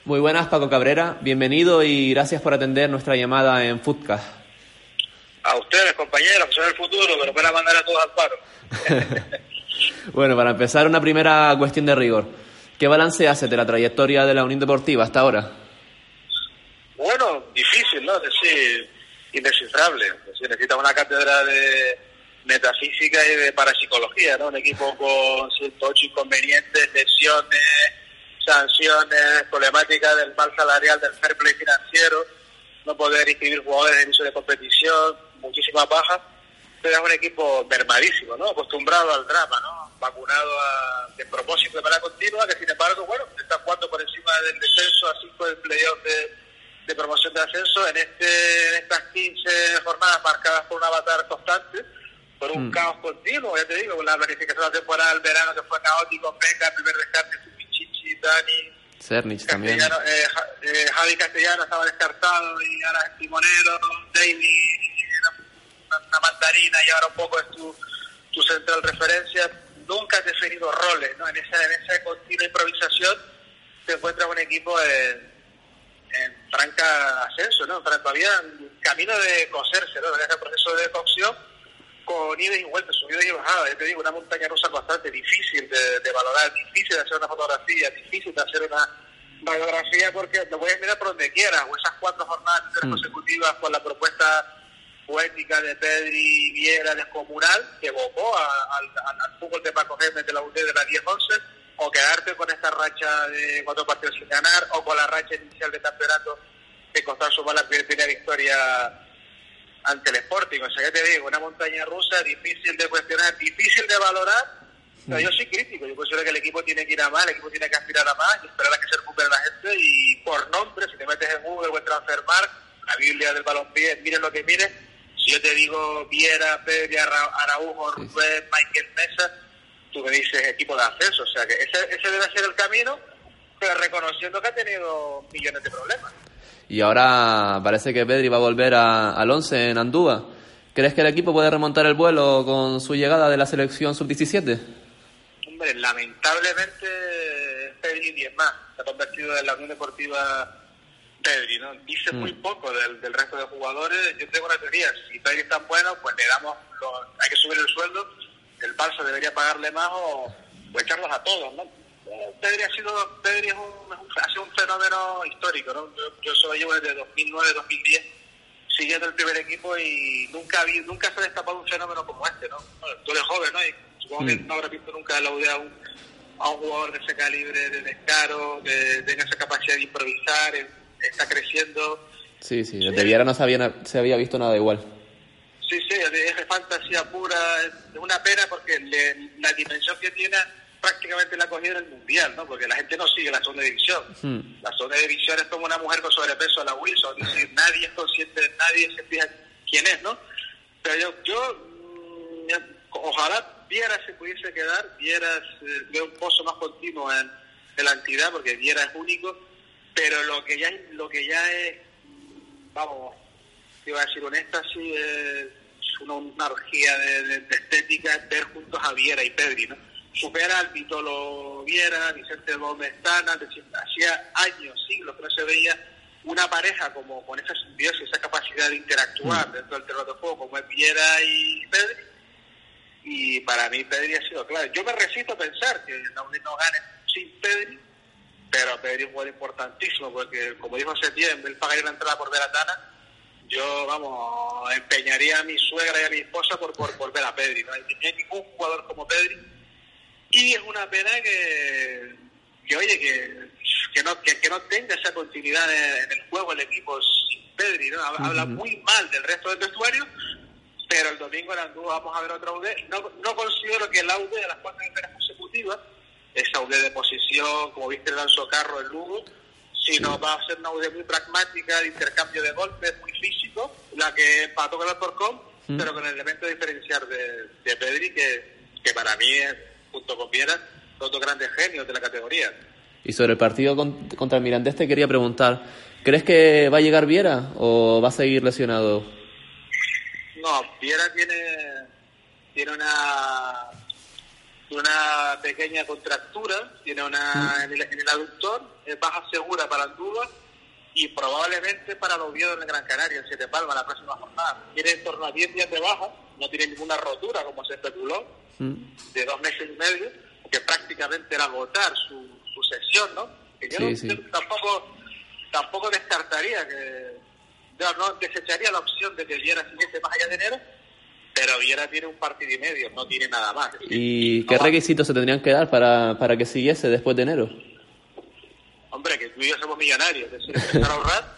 Muy buenas, Paco Cabrera. Bienvenido y gracias por atender nuestra llamada en Footcast. A ustedes, compañeros, que son el futuro, pero van a mandar a todos al paro. Bueno, para empezar, una primera cuestión de rigor. ¿Qué balance hace de la trayectoria de la Unión Deportiva hasta ahora? Bueno, difícil, ¿no? Es decir, indescifrable. Es decir, necesita una cátedra de metafísica y de parapsicología, ¿no? Un equipo con 108 inconvenientes, lesiones, sanciones, problemática del mal salarial, del fair play financiero, no poder inscribir jugadores en inicio de competición, muchísimas bajas. Pero es un equipo mermadísimo, ¿no? Acostumbrado al drama, ¿no? Vacunado de propósito de manera continua, que sin embargo, bueno, está jugando por encima del descenso a 5 del playoff de promoción de ascenso en estas 15 jornadas marcadas por un avatar constante, por un caos continuo, ya te digo, la planificación de la temporada del verano que fue caótico, Peca, primer descarte, Pichichi, Dani, Cernich también. Javi Castellano estaba descartado y ahora es timonero, Daily una mandarina y ahora un poco es tu central referencia. Nunca has definido roles, ¿no? En esa continua improvisación te encuentras un equipo en franca ascenso, ¿no? Todavía en camino de coserse, ¿no? En ese proceso de cocción con idas y vueltas, subidas y bajadas. Yo te digo, una montaña rusa constante, difícil de valorar, difícil de hacer una fotografía, difícil de hacer una radiografía, porque lo puedes mirar por donde quieras, o esas 4 jornadas consecutivas con la propuesta poética de Pedri Viera descomunal, que evocó al fútbol de Paco Gémez de la UD de la 10-11, o quedarte con esta racha de 4 partidos sin ganar, o con la racha inicial de campeonato que costó sumar la primera victoria ante el Sporting. O sea, ya te digo, una montaña rusa difícil de cuestionar, difícil de valorar. Pero yo soy crítico, yo considero que el equipo tiene que ir a más, el equipo tiene que aspirar a más y esperar a que se recupere la gente. Y por nombre, si te metes en Google o en Transfermarkt, la Biblia del balompié, miren lo que miren. Si yo te digo Viera, Pedri, Araujo, Rubén, Michael Mesa, tú me dices equipo de ascenso. O sea que ese debe ser el camino, pero reconociendo que ha tenido millones de problemas. Y ahora parece que Pedri va a volver al 11 en Andúa. ¿Crees que el equipo puede remontar el vuelo con su llegada de la selección sub-17? Hombre, lamentablemente Pedri 10 más. Se ha convertido en la Unión Deportiva Pedri, ¿no? Dice muy poco del resto de jugadores. Yo tengo una teoría. Si Pedri es tan bueno, pues le damos... hay que subir el sueldo. El Barça debería pagarle más o echarlos a todos, ¿no? Pedri ha sido un fenómeno histórico, ¿no? Yo soy desde 2009-2010 siguiendo el primer equipo y nunca se ha destapado un fenómeno como este, ¿no? Bueno, tú eres joven, ¿no? Y supongo que no habrás visto nunca la UD a un jugador de ese calibre, de descaro, que tenga esa capacidad de improvisar, está creciendo. Sí, desde Viera no se había visto nada igual. Sí, es fantasía pura, es una pena porque la dimensión que tiene prácticamente la ha cogido en el Mundial, ¿no? Porque la gente no sigue la segunda división. La segunda división es como una mujer con sobrepeso a la Wilson, es decir, nadie es consciente, nadie se fija quién es, ¿no? Pero yo ojalá Viera se pudiese quedar, Viera ve un pozo más continuo en la entidad, porque Viera es único, pero lo que ya es, vamos, iba a decir un éxtasis, es una orgía de estética, es ver juntos a Viera y Pedri, ¿no? Supera al Vitolo Viera, Vicente Gómez Tana, hacía años, siglos que no se veía una pareja como con esa simbiosis, esa capacidad de interactuar dentro del terreno de juego como es Viera y Pedri. Y para mí Pedri ha sido clave. Yo me resisto a pensar que la UD no gane sin Pedri, pero Pedri es un jugador importantísimo porque, como dijo Setién, él pagaría una entrada por ver a Tana. Yo, empeñaría a mi suegra y a mi esposa por ver a Pedri, ¿no? No hay ningún jugador como Pedri. Y es una pena que no tenga esa continuidad en el juego el equipo sin Pedri, ¿no? Habla muy mal del resto del vestuario, pero el domingo en Andúa vamos a ver otra UD. No considero que la UD de las 4 victorias consecutivas, esa UD de posición, como viste el Alonso Carro, el Lugo, sino va a ser una UD muy pragmática, de intercambio de golpes, muy físico, la que empató con el Alcorcón, pero con el elemento diferencial de Pedri, que para mí es, junto con Viera, los dos grandes genios de la categoría. Y sobre el partido contra el Mirandés te quería preguntar, ¿crees que va a llegar Viera o va a seguir lesionado? No, Viera tiene una pequeña contractura, tiene una en el aductor, es baja segura para Andújar y probablemente para los Oviedo en el Gran Canaria, en Siete Palmas, la próxima jornada. Tiene en torno a 10 días de baja, no tiene ninguna rotura, como se especuló, de 2 meses y medio, que prácticamente era agotar su sesión, ¿no? Que yo tampoco descartaría no desecharía la opción de que Viera siguiese más allá de enero, pero Viera tiene un partido y medio, no tiene nada más. ¿Y qué requisitos se tendrían que dar para que siguiese después de enero? Hombre, que tú y yo somos millonarios, es decir, empezar a ahorrar.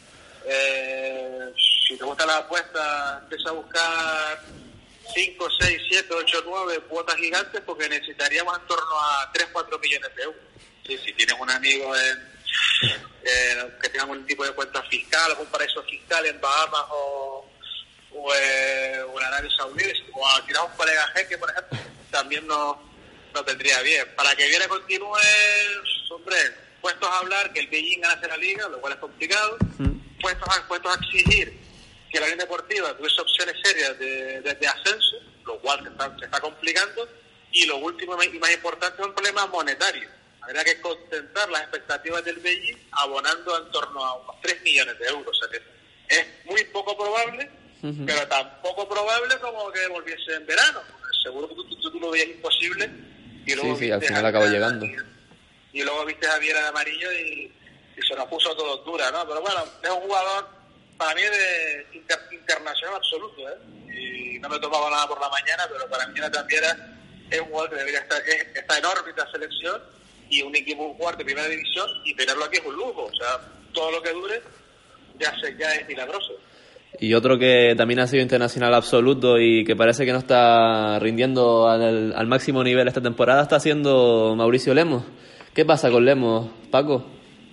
Si te gustan las apuestas, empieza a buscar 5, 6, 7, 8, 9 cuotas gigantes, porque necesitaríamos en torno a 3, 4 millones de euros. Si tienes un amigo que tenga algún tipo de cuenta fiscal, algún paraíso fiscal en Bahamas o en Arabia Saudí, o a tirar un colega jeque, por ejemplo, también no tendría bien. Para que Viera continúe, hombre, puestos a hablar que el Beijing ganase la liga, lo cual es complicado, puestos a exigir que la Unión Deportiva tuviese opciones serias de ascenso, lo cual se está complicando, y lo último y más importante es un problema monetario. Habrá que contentar las expectativas del Beijing abonando en torno a unos 3 millones de euros. O sea que es muy poco probable, pero tampoco probable como que volviese en verano. Seguro que tú lo veías imposible. Y luego sí, al final acabó llegando. Y luego viste a Viera de amarillo y se nos puso todo dura, ¿no? Pero bueno, es un jugador para mí de internacional absoluto, ¿eh? Y no me tomaba nada por la mañana, pero para mí también es un jugador que debería estar en órbita selección, y un equipo jugar de primera división, y tenerlo aquí es un lujo. O sea, todo lo que dure ya es milagroso. Y otro que también ha sido internacional absoluto y que parece que no está rindiendo al máximo nivel esta temporada está siendo Mauricio Lemos. ¿Qué pasa con Lemos, Paco?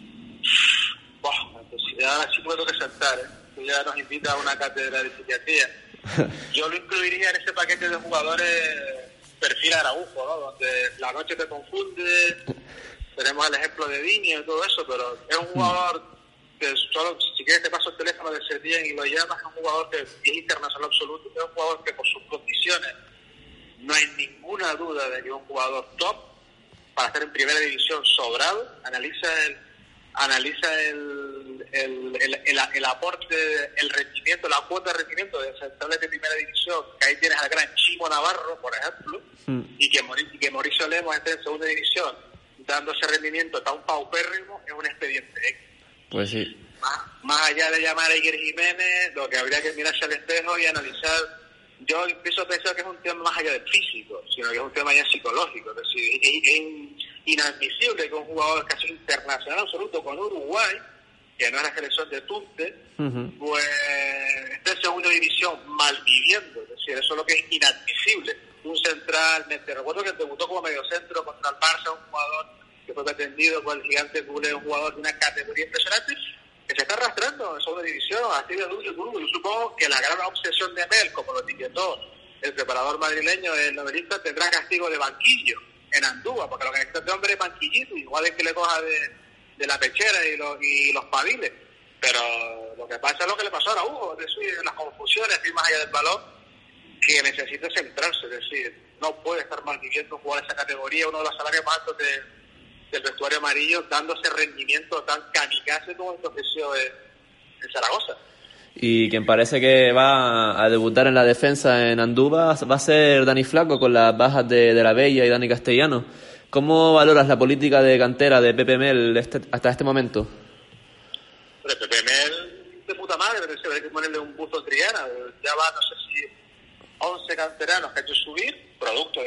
Pues ahora sí puedo que saltar, ¿eh? Ya nos invita a una cátedra de psiquiatría. Yo lo incluiría en ese paquete de jugadores perfil Araujo, ¿no? Donde la noche te confunde. Tenemos el ejemplo de Diño y todo eso, pero es un jugador que solo, si quieres te paso el teléfono de Setién y lo llamas, es un jugador que es internacional absoluto, es un jugador que por sus condiciones no hay ninguna duda de que es un jugador top para estar en primera división sobrado. Analiza el aporte, el rendimiento, la cuota de rendimiento de centrales de primera división, que ahí tienes al gran Chimo Navarro, por ejemplo, y que Mauricio Lemos esté en segunda división dando ese rendimiento tan paupérrimo, es un expediente X. Pues sí. Más allá de llamar a Iker Jiménez, lo que habría que mirarse al espejo y analizar. Yo empiezo a pensar que es un tema más allá del físico, sino que es un tema ya psicológico. Es decir, es inadmisible que un jugador casi internacional absoluto con Uruguay, que no es la selección de Tunte, pues esté en segunda división malviviendo. Es decir, eso es lo que es inadmisible. Un central, te recuerdo que debutó como mediocentro contra el Barça, un jugador que fue pretendido por el gigante Gule, un jugador de una categoría impresionante, que se está arrastrando en segunda división, así de duro. Yo supongo que la gran obsesión de Mel, como lo etiquetó el preparador madrileño, el novelista, tendrá castigo de banquillo en Andújar, porque lo que necesita este hombre es banquillito, igual es que le coja de la pechera y los paviles. Pero lo que pasa es lo que le pasó a Araujo, es decir, las confusiones y más allá del balón, que necesita centrarse, es decir, no puede estar malviviendo jugar esa categoría, uno de los salarios más altos del vestuario amarillo, dándose rendimiento tan kamikaze como el que ofreció en Zaragoza. Y quien parece que va a debutar en la defensa en Andújar va a ser Dani Flaco, con las bajas de La Bella y Dani Castellano. ¿Cómo valoras la política de cantera de Pepe Mel hasta este momento? Pero Pepe Mel de puta madre, pero hay que ponerle un busto en Triana. Ya va, no sé si 11 canteranos que ha hecho subir, producto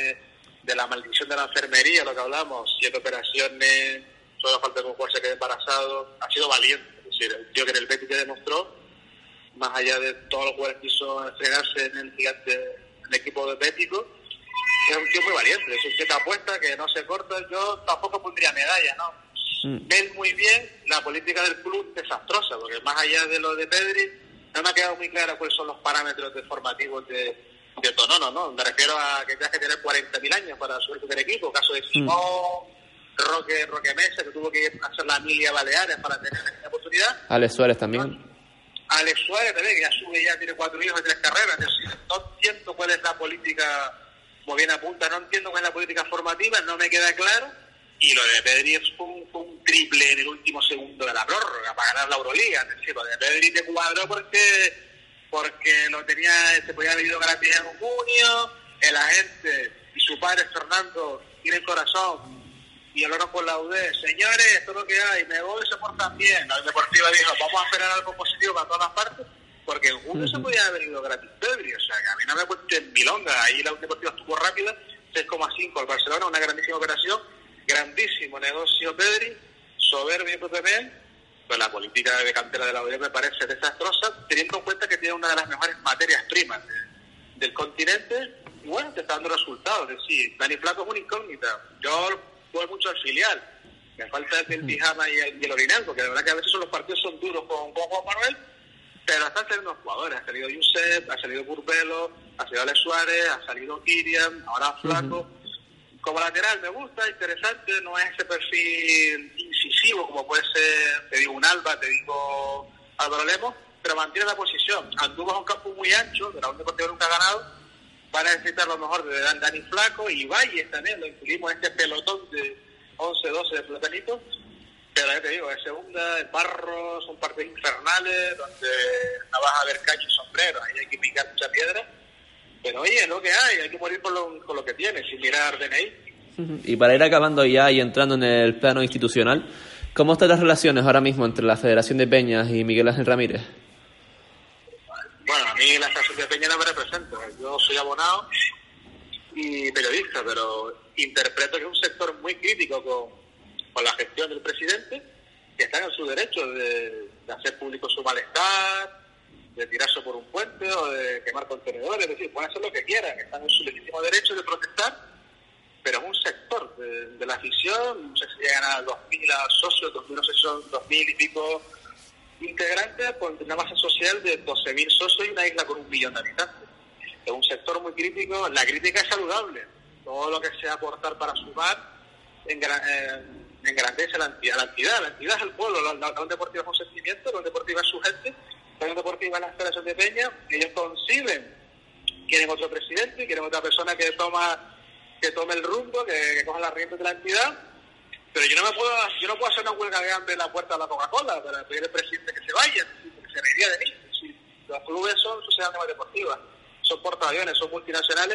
de la maldición de la enfermería, lo que hablamos, 7 operaciones, solo falta que un jugador se quede embarazado. Ha sido valiente, es decir, el tío que en el Betis demostró, más allá de todos los jugadores que quiso estrenarse en el equipo de bético, es un tío muy valiente, es un tío que apuesta, que no se corta. Yo tampoco pondría medalla, ¿no? Ven muy bien, la política del club desastrosa, porque más allá de lo de Pedri, no me ha quedado muy claro cuáles son los parámetros formativos de Tonono, ¿no? Me refiero a que tengas que tener 40.000 años para subir tu equipo, caso de Simón, Roque Mesa, que tuvo que hacer la Emilia Baleares para tener esta oportunidad. Alex Suárez también. Alex Suárez también, que ya tiene 4 hijos y 3 carreras. Es decir, no entiendo cuál es la política como bien apunta, no entiendo cuál es la política formativa, no me queda claro. Y lo de Pedri fue un triple en el último segundo de la prórroga para ganar la Euroliga. Es decir, lo de Pedri te cuadró porque lo tenía, se podía haber ido gratis en junio, el agente y su padre Fernando tienen corazón y hablaron con la UD, señores, esto es lo que hay, me voy, se portan bien. La Deportiva dijo, vamos a esperar algo positivo para todas las partes, porque en junio se podía haber ido gratis Pedri, o sea, que a mí no me cuenten milonga. Ahí la Deportiva estuvo rápida, 6,5 al Barcelona, una grandísima operación, grandísimo negocio Pedri, soberbio PPM. Pues la política de cantera de la UD me parece desastrosa, teniendo en cuenta que tiene una de las mejores materias primas del continente, y bueno, te está dando resultados. Es decir, Dani Flaco es una incógnita. Yo voy mucho al filial, me falta el pijama y el orinal, porque la verdad que a veces los partidos son duros con Juan Manuel, pero están saliendo jugadores. Ha salido Josep, ha salido Curbelo, ha salido Alex Suárez, ha salido Kirian, ahora Flaco. Como lateral me gusta, interesante, no es ese perfil incisivo como puede ser, te digo, un Alba, te digo Álvaro Lemos, pero mantiene la posición. Andúba es un campo muy ancho, de la Unión Deportiva nunca ha ganado, va a necesitar lo mejor de Dani Flaco y Valles también, lo incluimos en este pelotón de 11-12 de platanitos, pero ya te digo, es segunda, el barro, son partidos infernales, donde no vas a ver caño y sombrero, ahí hay que picar mucha piedra. Pero oye, es lo que hay que morir con lo que tiene, sin mirar DNI. Y para ir acabando ya y entrando en el plano institucional, ¿cómo están las relaciones ahora mismo entre la Federación de Peñas y Miguel Ángel Ramírez? Bueno, a mí la Federación de Peñas no me representa. Yo soy abonado y periodista, pero interpreto que es un sector muy crítico con la gestión del presidente, que están en su derecho de hacer público su malestar, de tirarse por un puente o de quemar contenedores, es decir, pueden hacer lo que quieran, están en su legítimo derecho de protestar, pero es un sector de la afición, no sé si llegan a 2.000 socios, 2.000, no sé si son 2.000 y pico integrantes, con una base social de 12.000 socios y una isla con 1 millón de habitantes. Es un sector muy crítico, la crítica es saludable, todo lo que sea aportar para sumar engrandece la entidad es el pueblo, la Unión Deportiva es un sentimiento, la Unión Deportiva es su gente. La Unión Deportiva es la Federación de Peña, ellos conciben, quieren otro presidente, quieren otra persona que tome el rumbo, que coja las riendas de la entidad, pero yo no puedo hacer una huelga de hambre en la puerta de la Coca-Cola para pedir al presidente que se vaya, porque se reiría de mí. Los clubes son sociedades deportivas, son portaaviones, son multinacionales,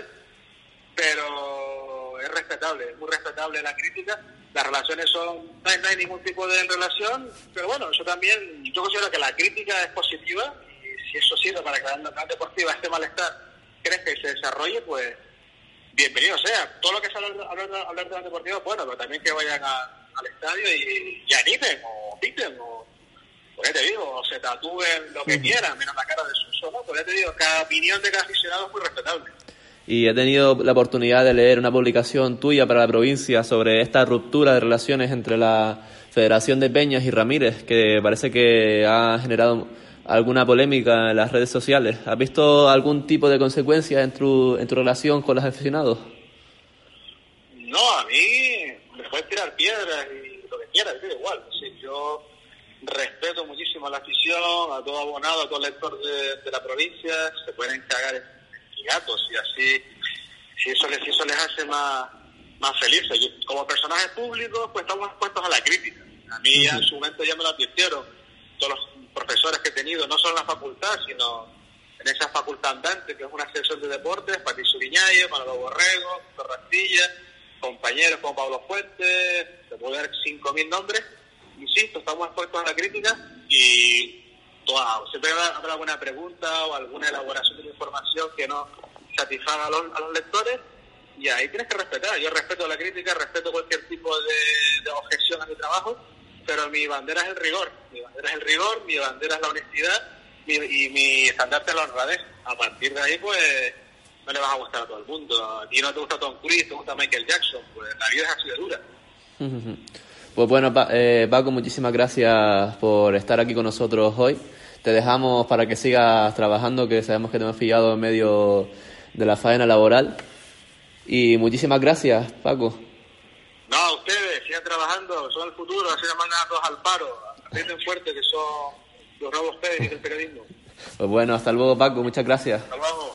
pero es respetable, es muy respetable la crítica. Las relaciones no hay ningún tipo de relación, pero bueno, yo considero que la crítica es positiva y si eso sirve para que la deportiva, este malestar crezca y se desarrolle, pues bienvenido sea. Todo lo que sea hablar de la deportiva, bueno, pero también que vayan al estadio y animen o piten pues ya te digo, o se tatúen lo que quieran, menos la cara de Suso, ¿no? Pues ya te digo, cada opinión de cada aficionado es muy respetable. Y he tenido la oportunidad de leer una publicación tuya para la provincia sobre esta ruptura de relaciones entre la Federación de Peñas y Ramírez, que parece que ha generado alguna polémica en las redes sociales. ¿Has visto algún tipo de consecuencia en tu relación con los aficionados? No, a mí me puedes tirar piedras y lo que quieras, da igual. Sí, yo respeto muchísimo a la afición, a todo abonado, a todo lector de la provincia, se pueden cagar en gatos y así, si eso les hace más felices. Como personajes públicos, pues estamos expuestos a la crítica. A mí ya en su momento ya me lo advirtieron todos los profesores que he tenido, no solo en la facultad, sino en esa facultad andante, que es una sección de deportes, Patricio Viñayo, Manolo Borrego, Torrastilla, compañeros como Pablo Fuentes, te puedo dar 5.000 nombres. Insisto, estamos expuestos a la crítica y siempre habrá alguna pregunta o alguna elaboración de la información que no satisfaga a los lectores y ahí tienes que respetar. Yo respeto la crítica, respeto cualquier tipo de objeción a mi trabajo, pero mi bandera es el rigor, mi bandera es la honestidad y mi estandarte es la honradez. A partir de ahí, pues, no le vas a gustar a todo el mundo. A ti no te gusta Tom Cruise, te gusta Michael Jackson, pues la vida es así de dura. Pues bueno, Paco, muchísimas gracias por estar aquí con nosotros hoy. Te dejamos para que sigas trabajando, que sabemos que te hemos pillado en medio de la faena laboral. Y muchísimas gracias, Paco. No, ustedes sigan trabajando, son el futuro, así nos mandan a todos al paro. Aprieten fuerte, que son los nuevos Pérez del periodismo. Pues bueno, hasta luego, Paco, muchas gracias. Hasta luego.